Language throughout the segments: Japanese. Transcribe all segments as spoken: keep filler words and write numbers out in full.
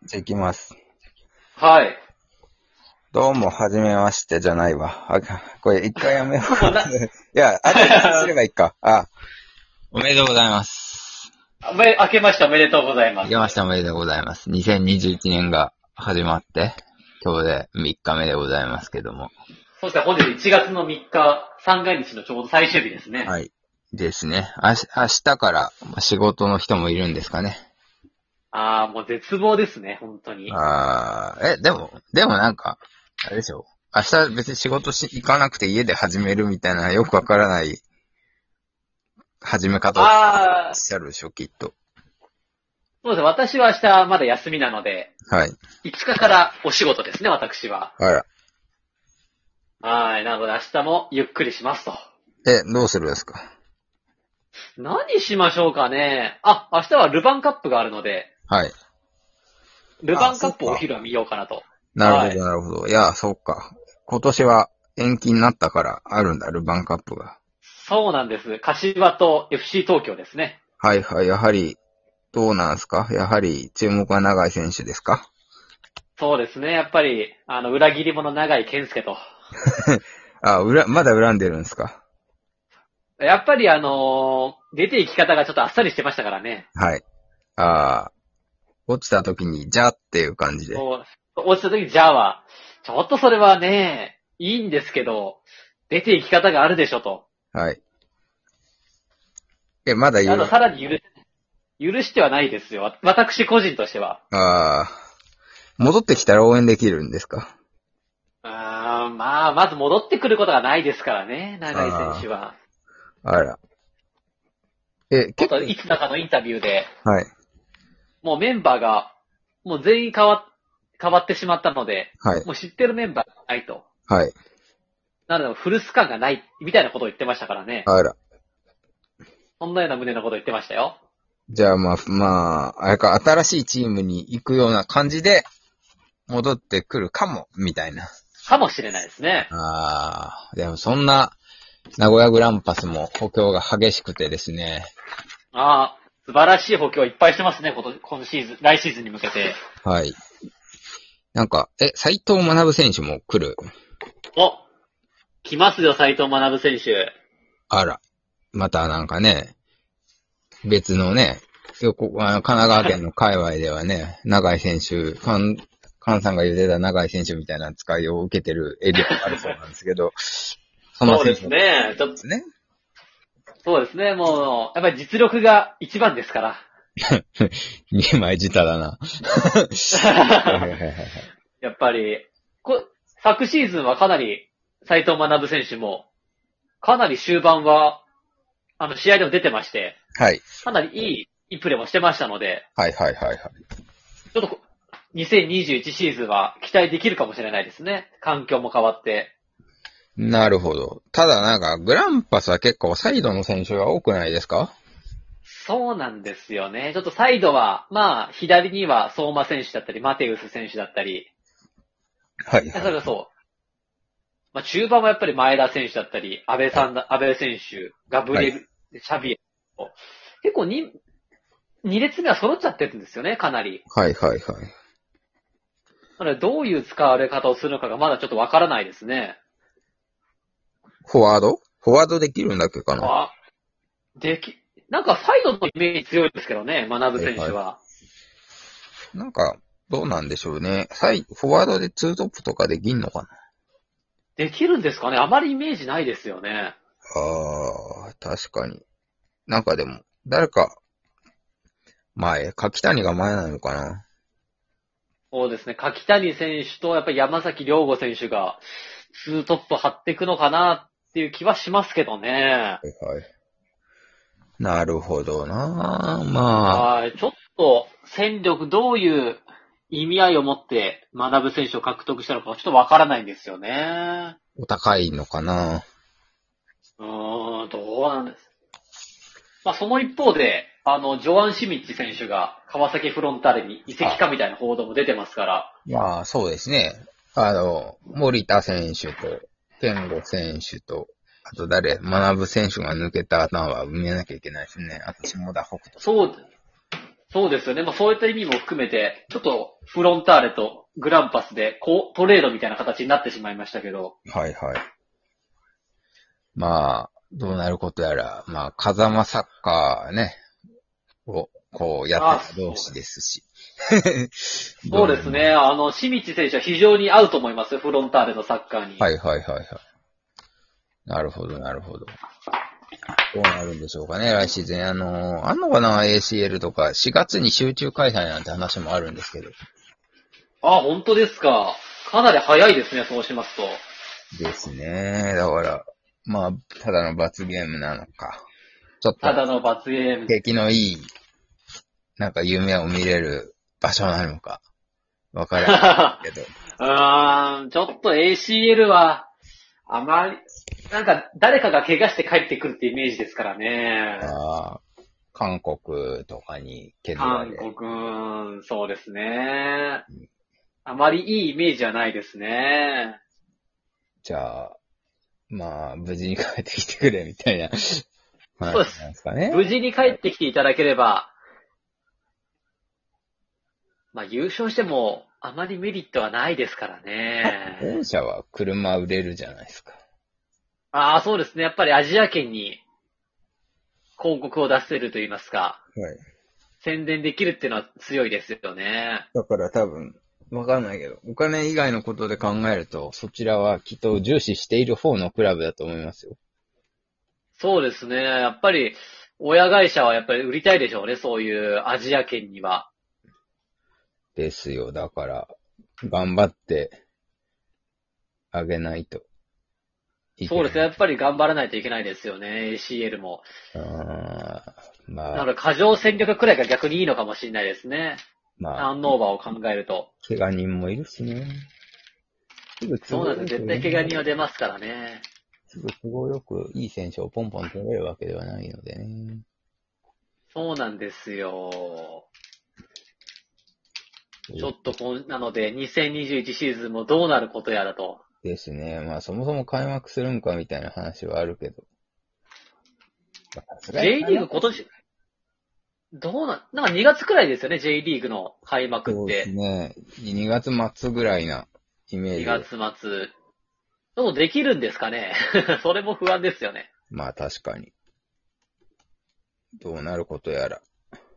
じゃあ行きます。 はい。 どうも、はじめましてじゃないわ。あ、これ一回やめようか。 もうな、 いや、あと一つすればいいか。あ、おめでとうございます。 め、明けましておめでとうございます。 明けましておめでとうございます。にせんにじゅういちねんが始まって、今日でみっかめでございますけども。 そして本日いちがつのみっか、三が日のちょうど最終日ですね。 はい。ですね。あし、明日から仕事の人もいるんですかね。 ああ、もう絶望ですね、本当に。 あー、え、でも、でもなんか、あれでしょ。明日別に仕事し、行かなくて家で始めるみたいなよくわからない始め方をああ、 おっしゃるでしょ、きっと。 そうですね、私は明日まだ休みなので、 はい。 いつかからお仕事ですね、私は。 あら。 はい、なので明日もゆっくりしますと。 え、どうするんですか？ 何しましょうかね。あ、明日はルヴァンカップがあるので、 はい。 ルヴァンカップをあ、そっか。 お昼は見ようかなと。 なるほど、 はい。 なるほど。いや、そっか。今年は延期になったからあるんだ、ルヴァンカップが。 そうなんです。柏と エフシー 東京ですね。 はいはい、やはり、どうなんですか？やはり注目は長井選手ですか？ そうですね。やっぱり、あの、裏切り者長井健介と。 あ、裏、まだ恨んでるんですか？ やっぱりあのー出て行き方がちょっとあっさりしてましたからね。 はい。ああ、落ちた時に、じゃあっていう感じで。 そう、落ちた時にじゃあは、ちょっとそれはね、いいんですけど、出て行き方があるでしょと。 はい。え、まだ言う、 あとさらに許、許してはないですよ。わ私個人としては。 ああ、戻ってきたら応援できるんですか？ あーまあ、まず戻ってくることがないですからね、長井選あ手は。 あ、あら。え、 あと、 結構、 いつだかのインタビューで、 はい、 もうメンバーが、もう全員変わ、変わってしまったので、 はい、 もう知ってるメンバーがないと。 はい。 なので、フルス感がない、みたいなことを言ってましたからね。 あら。 そんなような胸のことを言ってましたよ。 じゃあまあ、まあ、あれか、新しいチームに行くような感じで戻ってくるかも、みたいな。 かもしれないですね。 ああ、でもそんな、名古屋グランパスも補強が激しくてですね。 ああ、素晴らしい補強いっぱいしてますね、今年、今シーズン、来シーズンに向けて。 はい。なんか、え、斉藤学選手も来る。 お来ますよ、斉藤学選手。 あら。またなんかね、別のね、よく、あの、神奈川県の界隈ではね、長井選手、カン、カンさんが言ってた長井選手みたいな扱いを受けてるエリアがあるそうなんですけど、そんなそうです選手もね。ちょっと、 ですね。 そうですね。もう、やっぱり実力が一番ですから。 にまい舌だな。 やっぱり、こ、昨シーズンはかなり、斉藤学選手も、かなり終盤は、あの、試合でも出てまして、 はい。 かなりいい、いいプレーもしてましたので、 はいはいはいはい。 ちょっとこ、にせんにじゅういちシーズンは期待できるかもしれないですね。環境も変わって。 なるほど。ただなんか、グランパスは結構サイドの選手が多くないですか？ そうなんですよね。ちょっとサイドは、まあ、左には相馬選手だったり、マテウス選手だったり、 はいはい。 それこそ、まあ、中盤はやっぱり前田選手だったり、安倍さんだ、安倍選手、ガブリエル、シャビエル。結構に、二列目は揃っちゃってるんですよね、かなり。 はいはいはい。 なので、どういう使われ方をするのかがまだちょっとわからないですね。 フォワードフォワードできるんだっけかな？ あ、でき、なんかサイドのイメージ強いですけどね、学選手は。 はいはなんか、どうなんでしょうね。サイ、フォワードでツートップとかできんのかな？ できるんですかね、あまりイメージないですよね。 ああ、確かに。なんかでも、誰か、前、柿谷が前なのかな？ そうですね、柿谷選手とやっぱり山崎亮吾選手がツートップ張っていくのかなっていう気はしますけどね。 はいはい。なるほどな。まあ、 はい。ちょっと戦力どういう意味合いを持って学選手を獲得したのかちょっとわからないんですよね。 お高いのかな。 うーん、どうなんです。まあその一方で、あの、ジョアン・シミッチ選手が川崎フロンターレに移籍かみたいな報道も出てますから。 まあ、そうですね。あの、森田選手と、健吾選手と、あと誰、学選手が抜けた穴は埋めなきゃいけないですね。あと下田北斗。 そう、 そうですよね。まあそういった意味も含めて、ちょっとフロンターレとグランパスでこうトレードみたいな形になってしまいましたけど。 はいはい。まあ、どうなることやら、まあ、風間サッカーね、を、こうやってた同士ですし。 そうですね。あの、シミッチ選手は非常に合うと思いますよ。フロンターレのサッカーに。 はいはいはいはい。なるほどなるほど。どうなるんでしょうかね、来シーズン。あの、あんのかな エーシーエル とか、しがつに集中開催なんて話もあるんですけど。 あ、本当ですか。かなり早いですね、そうしますと。 ですね。だから、まあ、ただの罰ゲームなのか。ちょっと、 ただの罰ゲーム。 景気のいい、なんか夢を見れる場所なのか。わからないけど。 うーん、ちょっと エーシーエル は、あまり、なんか誰かが怪我して帰ってくるってイメージですからね。 ああ、韓国とかに削ら韓れ。 国、そうですね。あまりいいイメージはないですね。 じゃあ、まあ、無事に帰ってきてくれみたいな話そうですなんですかね。 無事に帰ってきていただければ、まあ優勝してもあまりメリットはないですからね。 本社は車売れるじゃないですか。 ああ、そうですね。やっぱりアジア圏に広告を出せると言いますか、 はい。 宣伝できるっていうのは強いですよね。 だから多分、わかんないけど、お金以外のことで考えると、そちらはきっと重視している方のクラブだと思いますよ。 そうですね。やっぱり、親会社はやっぱり売りたいでしょうね。そういうアジア圏には。 ですよ。だから、頑張ってあげないといけない。 そうですね。やっぱり頑張らないといけないですよね。エーシーエル も。 あーまあ、 なので、過剰戦力くらいが逆にいいのかもしれないですね。タまあ、 ーンオーバーを考えると。 怪我人もいるしね。すぐそうなんですよ。絶対怪我人は出ますからね。 すぐ都合よくいい選手をポンポン取れるわけではないのでね。 そうなんですよ。ちょっとこんなので、にせんにじゅういちシーズンもどうなることやらと。 ですね。まあそもそも開幕するんかみたいな話はあるけど。まあ、さすがに J リーグ今年、どうな、なんかにがつくらいですよね、J リーグの開幕そうですって。 ね。にがつ末ぐらいなイメージ。 にがつ末。でもできるんですかねそれも不安ですよね。 まあ確かに。どうなることやら。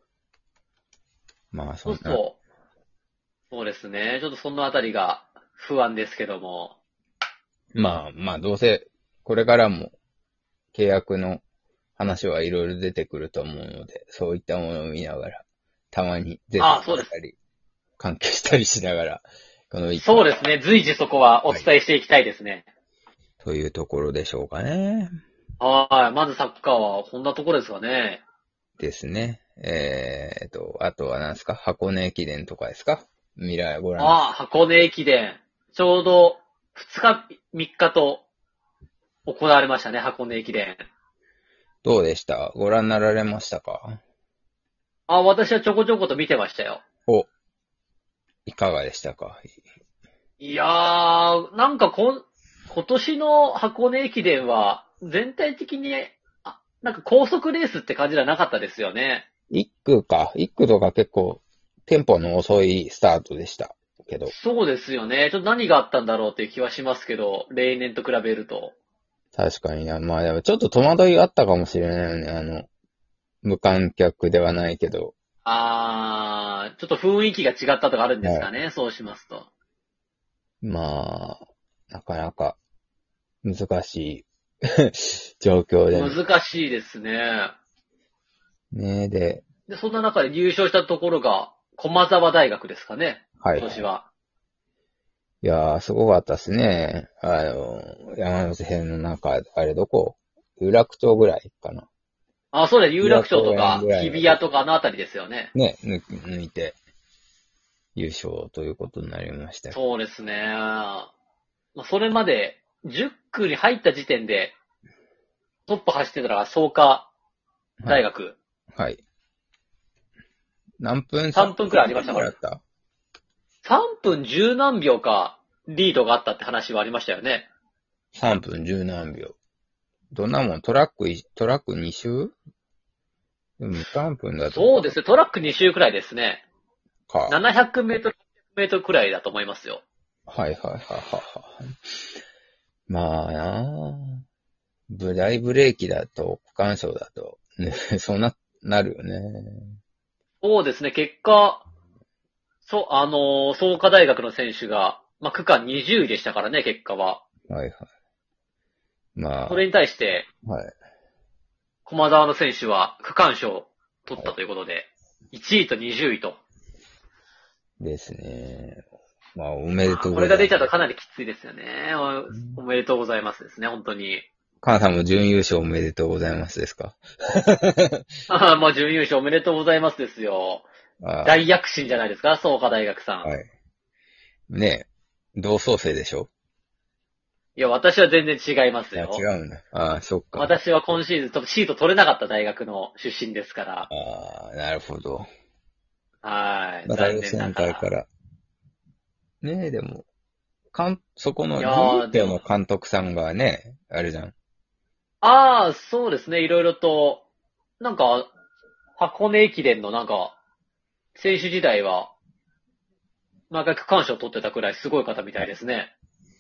まあそんな。 そうそう。そうですね。ちょっとそのあたりが不安ですけども。 まあまあどうせこれからも契約の話はいろいろ出てくると思うので、そういったものを見ながら、たまに出てああ、そうです。 たり、関係したりしながら、この一そうですね。随時そこはお伝えしていきたいですね。 というところでしょうかね。 はい。まずサッカーはこんなところですかね。 ですね。えーと、あとは何ですか箱根駅伝とかですか未来ご覧。 ああ、箱根駅伝。ちょうどふつか、みっかと行われましたね、箱根駅伝。 どうでしたご覧になられましたか？ あ、私はちょこちょこと見てましたよ。 お、いかがでしたか？ いやー、なんかこん、今年の箱根駅伝は、全体的に、あ、なんか高速レースって感じじゃなかったですよね。 一区か。一区とか結構、テンポの遅いスタートでしたけど。 そうですよね。ちょっと何があったんだろうっていう気はしますけど、例年と比べると。 確かにな。まあでもちょっと戸惑いあったかもしれないよね。あの、無観客ではないけど。 あー、ちょっと雰囲気が違ったとかあるんですかね、そうしますと。 まあ、なかなか難しい状況で。 難しいですね。 ねで、 で、そんな中で優勝したところが、駒沢大学ですかね、 はい。 今年は。 いやー、すごかったですね。あの、山手線の中、あれどこ有楽町ぐらいかな。 あ、そうだ、有楽町と有楽か町ぐらい、の日比谷とかあのあたりですよね。 ね、抜き抜いて優勝ということになりました。 そうですね。まあ、それまで、じゅっ区に入った時点で、トップ走ってたのが創価大学。 はい。はい。何分さんぷんくらいありましたから。 だったさんぷんじゅう何秒かリードがあったって話はありましたよね。 さんぷんじゅう何秒。どんなもんトラックい、トラックに周でもさんぷんだと。 そうですね。トラックに周くらいですね。 か。 ななひゃくメートル、はっぴゃくメートルくらいだと思いますよ。 はいはいはいはいはい。まあなあ。ブ大ブレーキだと、区間賞だと、ね、そうな、なるよね。 そうですね。結果、そう、あのー創価大学の選手が、まあ、区間にじゅういでしたからね、結果は。 はいはい。まあ、 それに対して、 はい。 駒沢の選手は区間賞を取ったということで、いちいとにじゅういと。 ですね。まあ、おめでとうこれがございます。 出ちゃうとかなりきついですよね。おおめでとうございますですね、本当に。 母さんも準優勝おめでとうございますですか？ ああ、まあ、準優勝おめでとうございますですよ。 あ大躍進じゃないですか、創価大学さん。 はい。ねえ、同窓生でしょ？ いや、私は全然違いますあ、 よ。 違うんだ。ああ、そっか。 私は今シーズン、ちょっとシート取れなかった大学の出身ですから。 ああ、なるほど。 はい。 だから予残念な選がら。 会から。ねえ、でも、かん、そこの、 いやー準優勝の監督さんがね、あるじゃん。 ああ、そうですね、いろいろと、なんか、箱根駅伝のなんか、選手時代は、毎回区間賞を取ってたくらいすごい方みたいですね。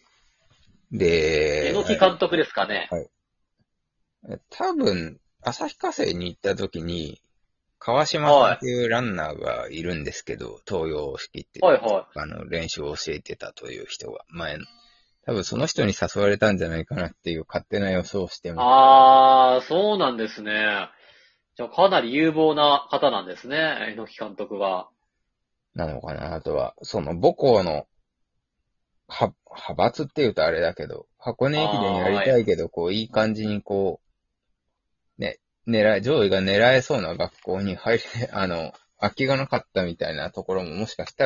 で、 榎木監督ですかね。 はい多分、旭化成に行った時に、川島さんっていうランナーがいるんですけど、東洋式って、 はいはあの、練習を教えてたという人が、前の。多分その人に誘われたんじゃないかなっていう勝手な予想をしてい。 ます。 ああ、そうなんですね。じゃあかなり有望な方なんですね、榎木監督は。 なのかな。あとは、その母校の、は、派閥って言うとあれだけど、箱根駅伝やりたいけど、こう、いい感じにこう、ね、狙い、上位が狙えそうな学校に入れ、あの、空きがなかったみたいなところももしかしたら